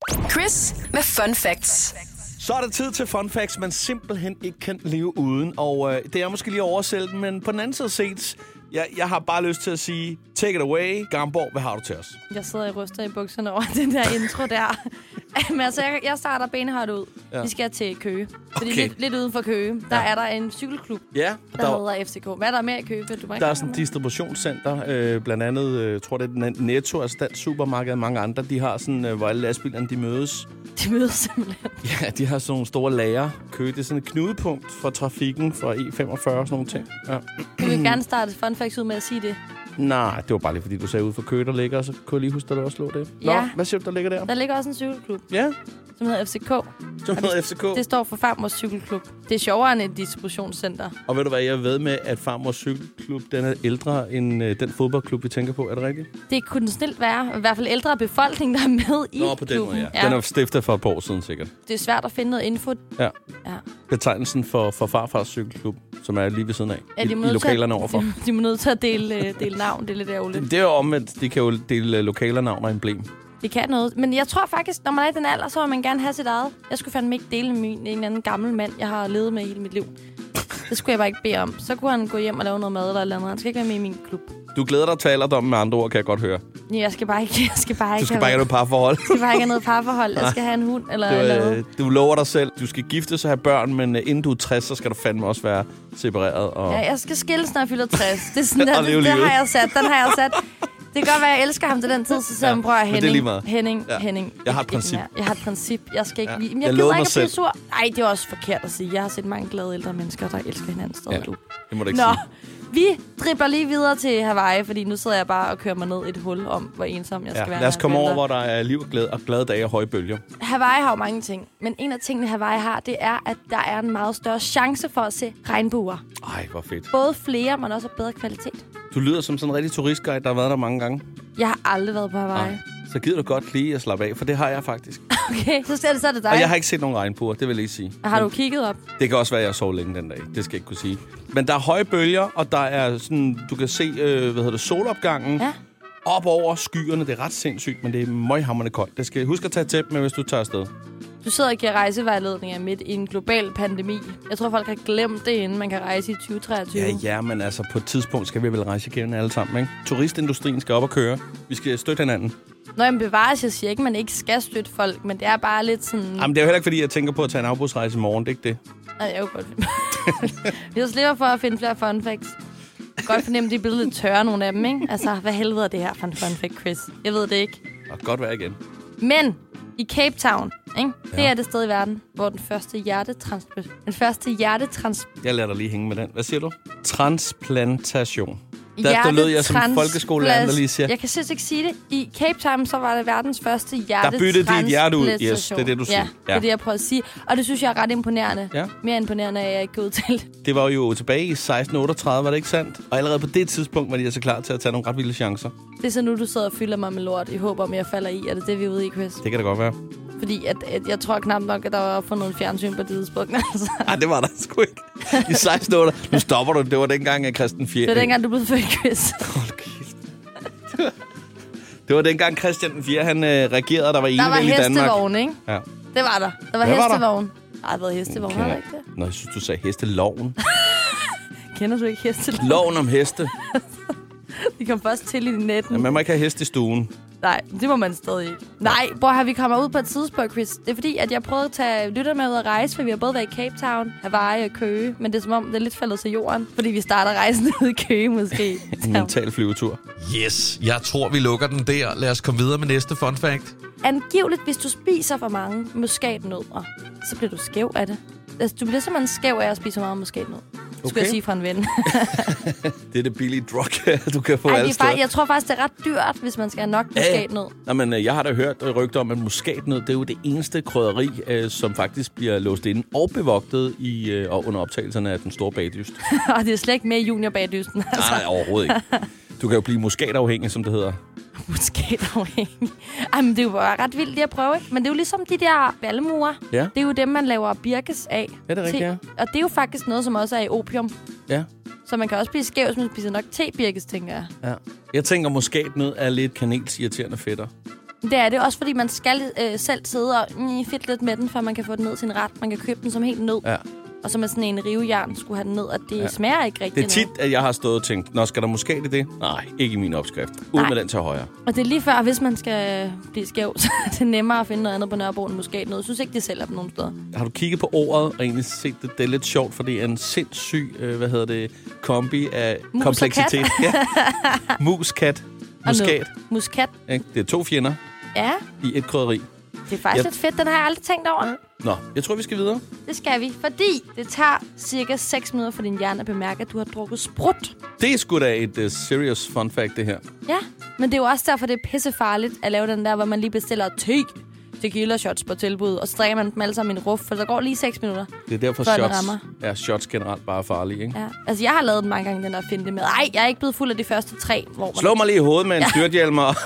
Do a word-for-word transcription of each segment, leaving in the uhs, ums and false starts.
Chris med Fun Facts. Så er det tid til fun facts, man simpelthen ikke kan leve uden. Og øh, det er måske lige oversælgt, men på den anden side set, jeg, jeg har bare lyst til at sige, take it away. Gamborg, hvad har du til os? Jeg sidder og ryster i bukserne over den der intro der. Men altså, jeg, jeg starter benhårdt ud. Ja. Vi skal til Køge. Fordi Okay. lidt, lidt uden for Køge, der ja. er der en cykelklub, Ja, der, der hedder F C K. Hvad er der mere i Køge? Du der er sådan et distributionscenter, øh, blandt andet, øh, jeg tror det er Netto, altså Dansk Supermarked og mange andre. De har sådan, øh, hvor alle lastbilerne de mødes. De mødes simpelthen. Ja, de har sådan nogle store lager. Køge, det er sådan et knudepunkt for trafikken for E femogfyrre og sådan nogle ting. Ja. Du vil gerne starte fun facts ud med at sige det. Nej, det var bare lige fordi, du sagde ude for Køge, der ligger, så kunne jeg lige huske, at der også lå det. Nå, Ja. hvad siger du, der ligger der? Der ligger også en cykelklub, Ja, som hedder F C K. som hedder F C K. Det står for Farmors Cykelklub. Det er sjovere end et distributionscenter. Og ved du hvad, jeg ved med, at Farmors Cykelklub, den er ældre end øh, den fodboldklub, vi tænker på. Er det rigtigt? Det kunne den snilt være. I hvert fald ældre befolkning, der er med i Nå, på den klubben. måde, ja. Den er stiftet for et par år siden, sikkert. Det er svært at finde noget info. Ja. Ja. Betegnelsen for, for Farfars Cykelklub, som er lige ved siden af. Ja, I, de må i nødt til lokalerne at- overfor. De, de må nødt til at dele, øh, dele navn. Det er lidt ærgerligt. Det er jo omvendt. De kan jo dele øh, lokalernavn og emblem. Det kan noget. Men jeg tror faktisk, når man er i den alder, så vil man gerne have sit eget. Jeg skulle fandme ikke dele med min, en eller anden gammel mand, jeg har levet med hele mit liv. Det skulle jeg bare ikke bede om. Så kunne han gå hjem og lave noget mad eller et eller andet. Han skal ikke være med i min klub. Du glæder dig til alderdommen med andre ord, kan jeg godt høre. Jeg skal bare ikke, jeg skal bare ikke Du skal have, bare ikke have noget parforhold. jeg skal bare ikke have noget parforhold. Jeg skal have en hund eller Du, noget. øh, du lover dig selv, du skal giftes og have børn, men øh, inden du er tres, så skal du fandme også være separeret. Og... Ja, jeg skal skilles, når jeg fylder tres. Det er sådan, der, Og leve det, det livet. har jeg sat. Den har jeg sat. Det kan godt være, at jeg elsker ham til den tid, så siger Ja, han, prøv at men det er lige Henning, meget. Henning, Ja. Henning. Jeg har et ikke- princip. ikke mere. Jeg har et princip. Jeg skal ikke Ja. lige... Men Jeg jeg, lovede gider mig ikke at blive selv. sur. Nej, det er også forkert at sige. Jeg har set mange glade ældre mennesker, der elsker hinanden stadig. Ja, Du. det må du ikke Nå, sige. vi dribler lige videre til Hawaii, fordi nu sidder jeg bare og kører mig ned et hul om, hvor ensom jeg skal Ja, være. lad os når jeg komme over, vælter. hvor der er liv og glæde, og glade dage og høje bølger. Hawaii har jo mange ting, men en af tingene, Hawaii har, det er, at der er en meget større chance for at se regnbuer. Ej, hvor fedt. Både flere, men også af bedre kvalitet. Du lyder som sådan en rigtig turistguide, der har været der mange gange. Jeg har aldrig været på Hawaii. Nej. Så gider du godt lige at slappe af, for det har jeg faktisk. Okay, så er det, så er det dig. Og jeg har ikke set nogen regnbuer, det vil jeg ikke sige. Har du kigget op? Det kan også være, at jeg sov længe den dag. Det skal jeg ikke kunne sige. Men der er høje bølger, og der er sådan, du kan se, øh, hvad hedder det, solopgangen. Ja. Op over skyerne. Det er ret sindssygt, men det er møghamrende koldt. Det skal husk at tage et tæppe med, hvis du tager afsted. Du sidder og giver rejsevejledninger midt i en global pandemi. Jeg tror, folk har glemt det, inden man kan rejse i tyve treogtyve. Ja, ja, men altså på et tidspunkt skal vi vel rejse igennem alle sammen, ikke? Turistindustrien skal op og køre. Vi skal støtte hinanden. Når jeg bevares, jeg siger ikke, at man ikke skal støtte folk, men det er bare lidt sådan... Jamen, det er jo heller ikke, fordi jeg tænker på at tage en afbudsrejse i morgen. Det er ikke det. Nej, jeg er jo godt. Vi slipper for at finde flere fun facts. Jeg kan godt fornemme, at de er blevet lidt tørre, nogle af dem, ikke? Altså, hvad helvede er det her for en fun fact, Chris? Jeg ved det ikke. Og godt være igen. Men i Cape Town, ikke? Det Ja. er det sted i verden, hvor den første hjertetrans... Den første hjertetrans... Jeg lader dig lige hænge med den. Hvad siger du? Transplantation. Der, der lød jeg som folkeskolelærer, der lige siger. Jeg kan simpelthen ikke sige det. I Cape Town, så var det verdens første hjertetransplantation. Der byttede de et hjerte ud. Yes, det er det, du siger. Ja, det er det, jeg prøver at sige. Og det synes jeg er ret imponerende. Ja. Mere imponerende, at jeg ikke kan udtale. Det var jo tilbage i seksten otteogtredive, var det ikke sandt? Og allerede på det tidspunkt var de altså klar til at tage nogle ret vilde chancer. Det er så nu, du sidder og fylder mig med lort i håb om, at jeg falder i. Er det det, vi er ude i, Chris? Det kan da godt være. Fordi at, at jeg tror knap nok, at der var opfundet en fjernsyn på det tidspunkt. Altså. Nej, det var der sgu ikke. I seksten otte. Nu stopper du. Det var dengang, at Christian fjerde... Det var dengang, du blev født, Chris. Hold kæft. Det var dengang, Christian den fjerde, han øh, regerede, der var Der var enevælde i Danmark. hestevogn, ikke? Ja. Det var der. Der var Hvad var der? hestevogn. Der har været hestevogn, okay. Har der ikke det? Nå, jeg synes, du sagde hesteloven. Kender du ikke hestevogn? Loven om heste. De kom først til i netten. Ja, man må ikke have heste i stuen. Nej, det må man stadig ikke. Nej, bror, har vi kommet ud på et tidspunkt, Chris. Det er fordi, at jeg prøvede at tage lytter med ud at rejse, for vi har både været i Cape Town, Hawaii og Køge. Men det er som om, det er lidt faldet til jorden, fordi vi starter rejsen ud i Køge måske. En mental flyvetur. Yes, jeg tror, vi lukker den der. Lad os komme videre med næste fun fact. Angiveligt, hvis du spiser for mange muskatnødder, så bliver du skæv af det. Altså, du bliver simpelthen skæv af at spise så meget muskatnød. Okay. Skulle jeg sige fra en ven. Det er det billige drug, du kan få Ej, alle det er steder. faktisk, jeg tror faktisk, det er ret dyrt, hvis man skal have nok muskatnød. Nå, men øh, jeg har da hørt rygter om, at muskatnød, det er jo det eneste krydderi, øh, som faktisk bliver låst inde og bevogtet i, øh, og under optagelserne af den store bagdyst. Og det er slet ikke med i juniorbagdysten. Altså. Nej, overhovedet ikke. Du kan jo blive muskatafhængig, som det hedder. Muskatafhængig. Ej, men det er jo bare ret vildt lige at prøve, ikke? Men det er jo ligesom de der ballemurer. Ja. Det er jo dem, man laver birkes af. Ja, det er rigtigt, ja. Og det er jo faktisk noget, som også er i opium. Ja. Så man kan også blive skæv, hvis man spiser nok te-birkes, tænker jeg. Ja. Jeg tænker, muskatnød er lidt kanelsirriterende fætter. Det er det også, fordi man skal øh, selv sidde og mm, fedt lidt med den, før man kan få den ned til en ret. Man kan købe den som helt nød. Ja. Og så med sådan en rivejern skulle have den ned, og det ja. smager ikke rigtig. Det er tit, at jeg har stået og tænkt, nå, skal der muskat i det? Nej, ikke i min opskrift. Ud med den til højre. Og det er lige før, hvis man skal blive skæv, så er det nemmere at finde noget andet på Nørrebro end muskat. Jeg synes ikke, de sælger dem nogen steder. Har du kigget på ordet og egentlig set det? Det er lidt sjovt, for det er en sindssyg, øh, hvad hedder det, kombi af mus kompleksitet. Ja. Mus, kat, muskat. Muskat. Ja, det er to fjender ja. i et krydderi. Det er faktisk ja. lidt fedt. Den har jeg aldrig tænkt over. Nå, jeg tror, vi skal videre. Det skal vi, fordi det tager cirka seks minutter for din hjerne at bemærke, at du har drukket sprut. Det er sgu da et uh, serious fun fact, det her. Ja, men det er jo også derfor, det er pissefarligt at lave den der, hvor man lige bestiller te, tequila shots på tilbud, og så drikker man dem alle sammen i en ruf, for der går lige seks minutter. Det er derfor shots, ja, shots generelt bare er farlige, ikke? Ja. Altså, jeg har lavet den mange gange, den der finde med. Ej, jeg er ikke blevet fuld af de første tre. Hvor man Slå mig lige i hovedet med en ja. styrthjelm og...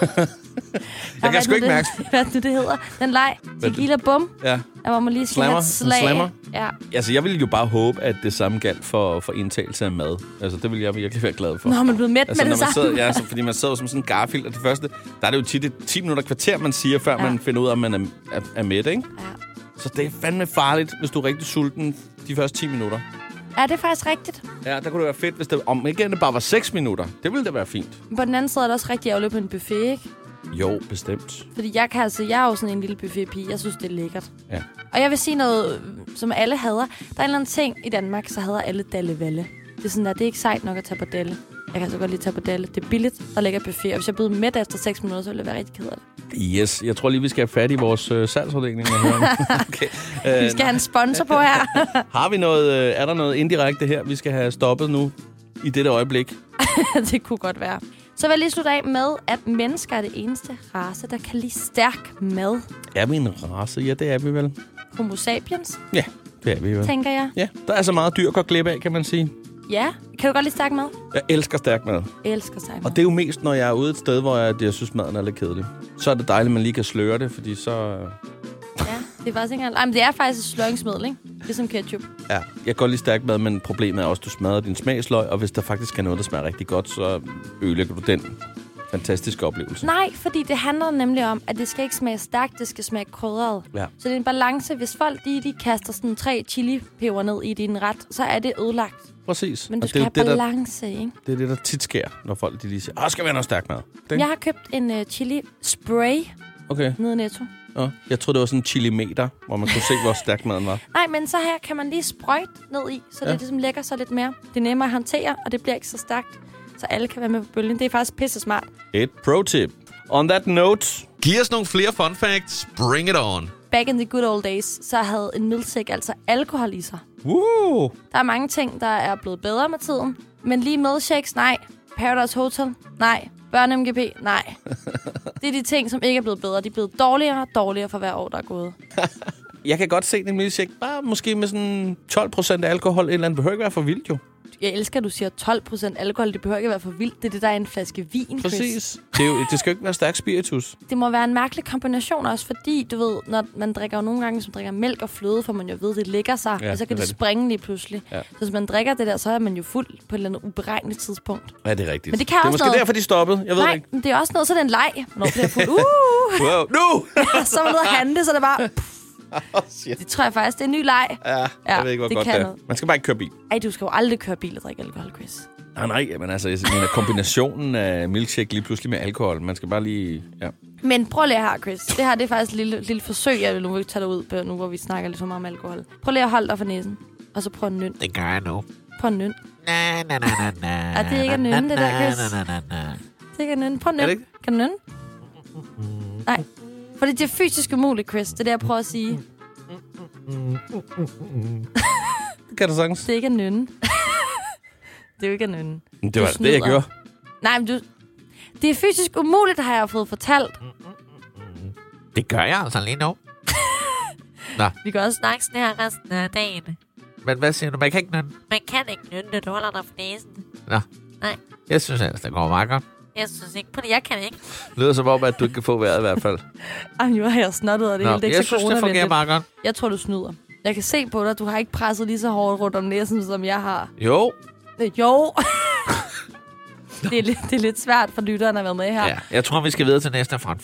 Jeg kan sgu ikke mærke. Hvad det, det hedder? Den leg. Tequila bum. Ja. Der må man lige sige et slag. Slammer. Ja. Altså, jeg ville jo bare håbe, at det samme galt for, for indtagelse af mad. Altså, det ville jeg virkelig være glad for. Nå, man er blevet mæt altså, med det samme. Sidder, ja, altså, fordi man sidder som sådan en garfield, og det første, der er det jo tit et ti minutter kvarter, man siger, før ja. man finder ud af, at man er, er, er mæt, ikke? Ja. Så det er fandme farligt, hvis du er rigtig sulten de første ti minutter. Ja, det er faktisk rigtigt. Ja, der kunne det være fedt, hvis det om ikke det bare var seks minutter. Det ville da være fint. På den anden side er det også rigtig ærgerligt på en buffet, ikke? Jo, bestemt. Fordi jeg kan altså, jeg er jo sådan en lille buffetpige. Jeg synes, det er lækkert. Ja. Og jeg vil sige noget, som alle hader. Der er en eller anden ting i Danmark, så hader alle Dalle-Valle. Det er sådan der, det er ikke sejt nok at tage på Dalle. Jeg kan så godt lige tage på Dalle. Det er billigt, der ligger buffet. Og hvis jeg bliver mæt efter seks minutter, så vil jeg være rigtig ked af det. Yes, jeg tror lige, vi skal have fat i vores øh, salgsafdeling. Okay. Øh, vi skal have en sponsor på her. Har vi noget, øh, er der noget indirekte her, vi skal have stoppet nu i dette øjeblik? Det kunne godt være. Så vil jeg lige slutte af med, at mennesker er det eneste race, der kan lide stærk mad. Er vi en race? Ja, det er vi vel. Homo sapiens? Ja, det er vi vel. Tænker jeg. Ja, der er så meget dyr at gå glip af, kan man sige. Ja, kan du godt lide stærk mad? Jeg elsker stærk mad. Jeg elsker stærk mad. Og det er jo mest, når jeg er ude et sted, hvor jeg, jeg synes, maden er lidt kedelig. Så er det dejligt, at man lige kan sløre det, fordi så... Ja, det er faktisk ikke engang... Ej, men det er faktisk et sløringsmiddel, ikke? Ligesom ketchup. Ja, jeg kan godt lide stærk mad, men problemet er også, at du smadrer din smagsløg, og hvis der faktisk er noget, der smager rigtig godt, så ødelægger du den fantastiske oplevelse. Nej, fordi det handler nemlig om, at det skal ikke smage stærkt, det skal smage krydret. Ja. Så det er en balance. Hvis folk de, de kaster sådan tre chilipeber ned i din ret, så er det ødelagt. Præcis. Men du og skal det have balance, der, ikke? Det er det, der tit sker, når folk de lige siger, åh, skal vi have noget stærk mad? Den? Jeg har købt en uh, chili spray okay. nede i Netto. Ja. Jeg troede, det var sådan en chilimeter, hvor man kunne se, hvor stærk maden var. Nej, men så her kan man lige sprøjte ned i, så ja. det ligesom lægger sig lidt mere. Det er nemmere at håndtere, og det bliver ikke så stærkt. Så alle kan være med på bølgen. Det er faktisk pisse smart. Et pro-tip. On that note... Giv os nogle flere fun facts. Bring it on. Back in the good old days, så havde en milkshake altså alkohol i sig. Woo! Der er mange ting, der er blevet bedre med tiden. Men lige milkshakes, nej. Paradise Hotel, nej. Børne-M G P, nej. Det er de ting, som ikke er blevet bedre. De er blevet dårligere og dårligere for hver år, der er gået. Jeg kan godt se en milkshake, bare måske med sådan tolv procent alkohol. Et eller andet behøver ikke være for vildt, jo. Jeg elsker, at du siger tolv procent alkohol. Det behøver ikke være for vildt. Det er det, der er en flaske vin, Chris. Præcis. Det, er jo, det skal jo ikke være stærk spiritus. Det må være en mærkelig kombination også, fordi, du ved, når man drikker jo nogle gange, som drikker mælk og fløde, for man jo ved, det ligger sig, ja, og så kan det, det springe lige pludselig. Ja. Så hvis man drikker det der, så er man jo fuld på et eller andet uberegneligt tidspunkt. Ja, det er rigtigt. Men det kan det er også måske noget... derfor, de stoppede. Jeg ved Nej, ikke. men det er også noget, så er det en leg. Hvornår bliver jeg fuld? Uh! Wow, nu! Ja, så er man nødt at handle, så er det bare... Oh, det tror jeg faktisk, det er en ny leg. Ja, jeg ja, ved ikke, hvor det godt det er. Noget. Man skal bare ikke køre bil. Ej, du skal jo aldrig køre bil og drikke alkohol, Chris. Nej, nej, men altså, jeg mener, kombinationen af milkshake lige pludselig med alkohol, man skal bare lige, ja. Men prøv lige her, Chris. Det her, det er faktisk et lille, lille forsøg, jeg vil nu tage dig ud på, nu hvor vi snakker lidt for meget om alkohol. Prøv lige at holde dig for næsen, og så prøv at nynne. Det gør jeg nu. Prøv at nynne. Na, na, na, na, na. Er det ikke at nynne, det der, Chris? Na, na, na, na. Det er ikke at nynne. Prøv at nynne. Kan du nynne? Nej. Fordi det er fysisk umuligt, Chris. Det er det, jeg prøver at sige. Kan du sagtens? Det er ikke at nynne. Det er jo ikke at nynne. Det var det, jeg gjorde. Nej, men du... Det er fysisk umuligt, har jeg fået fortalt. Det gør jeg altså lige nu. Nå. Vi kan også snakke sådan her resten af dagen. Men hvad siger du? Man kan ikke nynne? Man kan ikke nynne det. Du holder dig for næsen. Nå. Nej. Jeg synes ellers, det går meget godt. Jeg synes ikke på det. Jeg kan ikke. Det lyder som om, at du ikke kan få vejret i hvert fald. Ej, nu har jeg snottet, og det Nå, hele. Det er jeg synes, det fungerer meget godt. Jeg tror, du snyder. Jeg kan se på dig, du har ikke presset lige så hårdt rundt om næsen, som jeg har. Jo. Det, jo. det, er lidt, det er lidt svært for lytteren at være med her. Ja, jeg tror, vi skal videre til næste fun fact.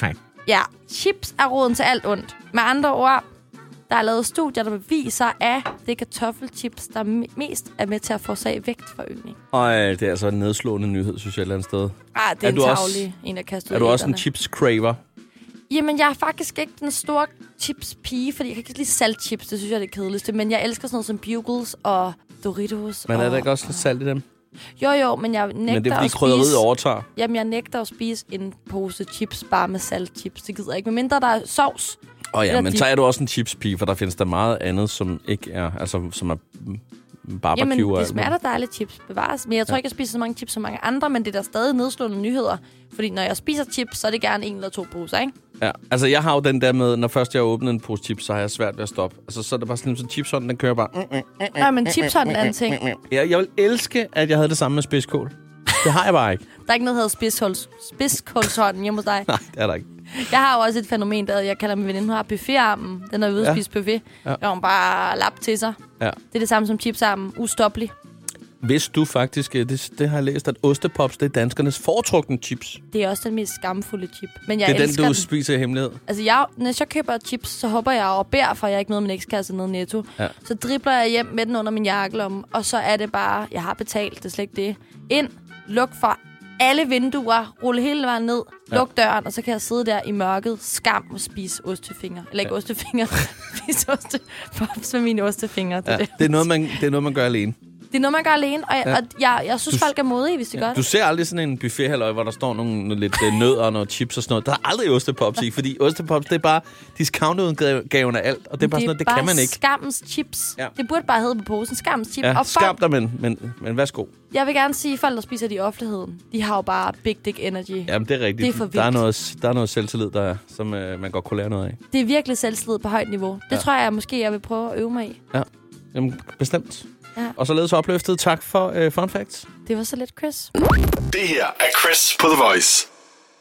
Ja, chips er roden til alt ondt. Med andre ord, der er lavet studier, der beviser, at det er kartoffelchips, der mest er med til at forårsage vægtforøgning. Ej, det er altså en nedslående nyhed, synes jeg, et eller andet sted. Ah, det er, er en tavlig, en der kaster ud. Er du også en chips-craver? Jamen, jeg er faktisk ikke den store chips-pige, fordi jeg kan ikke lide saltchips. Det synes jeg er det kedeligste. Men jeg elsker sådan noget som Bugles og Doritos. Men er og, der ikke også lidt salt i dem? Jo, jo, men jeg nægter Men det er, fordi at spise... krydderiet overtager. Jamen, jeg nægter at spise en pose chips bare med saltchips. Det gider jeg ikke. Men mindre der er sovs. Åh oh ja, men dip. så er du også en chips-pige, for der findes der meget andet, som ikke er... Altså, som er barbecue. Jamen, og det smager da dejligt chips, bevares. Men jeg tror ja. ikke, jeg spiser så mange chips som mange andre, men det er der stadig nedslående nyheder. Fordi når jeg spiser chips, så er det gerne en eller to poser, ikke? Ja, altså jeg har jo den der med, når først jeg åbner en pose chips, så har jeg svært ved at stoppe. Altså, så er det bare sådan, så chipshånden, den kører bare... Nej, men chipshånden er en ting. Jeg, jeg vil elske, at jeg havde det samme med spidskål. Det har jeg bare ikke. Der er ikke noget, der hedder spidskåls, spidskålshånden hjemme hos dig. Nej, det er der ikke. Jeg har jo også et fænomen, der jeg kalder min veninde, hun har buffetarmen. Den er ude at Ja. spise buffet. Ja. Ja. Hun bare lap til sig. Ja. Det er det samme som chipsarmen. Ustoppelig. Hvis du faktisk, det, det har jeg læst, at ostepops, det er danskernes foretrukne chips. Det er også den mest skamfulde chip. Men jeg Det er den, elsker du den. spiser i hemmelighed. Altså, jeg, når jeg køber chips, så håber jeg og beder, for jeg ikke møder min ekskasse nede i Netto. Ja. Så dribler jeg hjem med den under min jakkelomme, og så er det bare, jeg har betalt, det er slet ikke det. Ind, luk for alle vinduer, rulle hele vejen ned, luk ja. døren, og så kan jeg sidde der i mørket, skam og spise ostefinger. Eller ikke ja. ostefinger, spise ostepops med mine ostefinger. Det, Ja. det. Det, er noget, man, det er noget, man gør alene. det er noget, man gør alene, og jeg, Ja. og jeg, jeg synes, Du- folk er modige, hvis de gør Du det. ser aldrig sådan en buffet halløj, hvor der står nogle, nogle lidt øh, nødder og noget chips og sådan noget. Der er aldrig ostepops i, fordi ostepops, det er bare discountudgaven af alt. Og det er bare sådan noget, det kan man ikke. skammens chips. Ja. Det burde bare hedde på posen, skammens chips. Ja, og skam folk, dig, men, men, men værsgo. jeg vil gerne sige, at folk, der spiser det i offentligheden, de har jo bare big dick energy. Jamen, det er rigtigt. Det er for der, er vildt. noget, der er noget selvtillid, der er, som øh, man godt kunne lære noget af. Det er virkelig selvtillid på højt niveau. Det Ja. tror jeg måske, jeg vil prøve at øve mig i. Ja, jamen, bestemt. Ja. Og således opløftet. Tak for øh, fun facts. Det var så lidt, Chris. Det her er Chris på The Voice.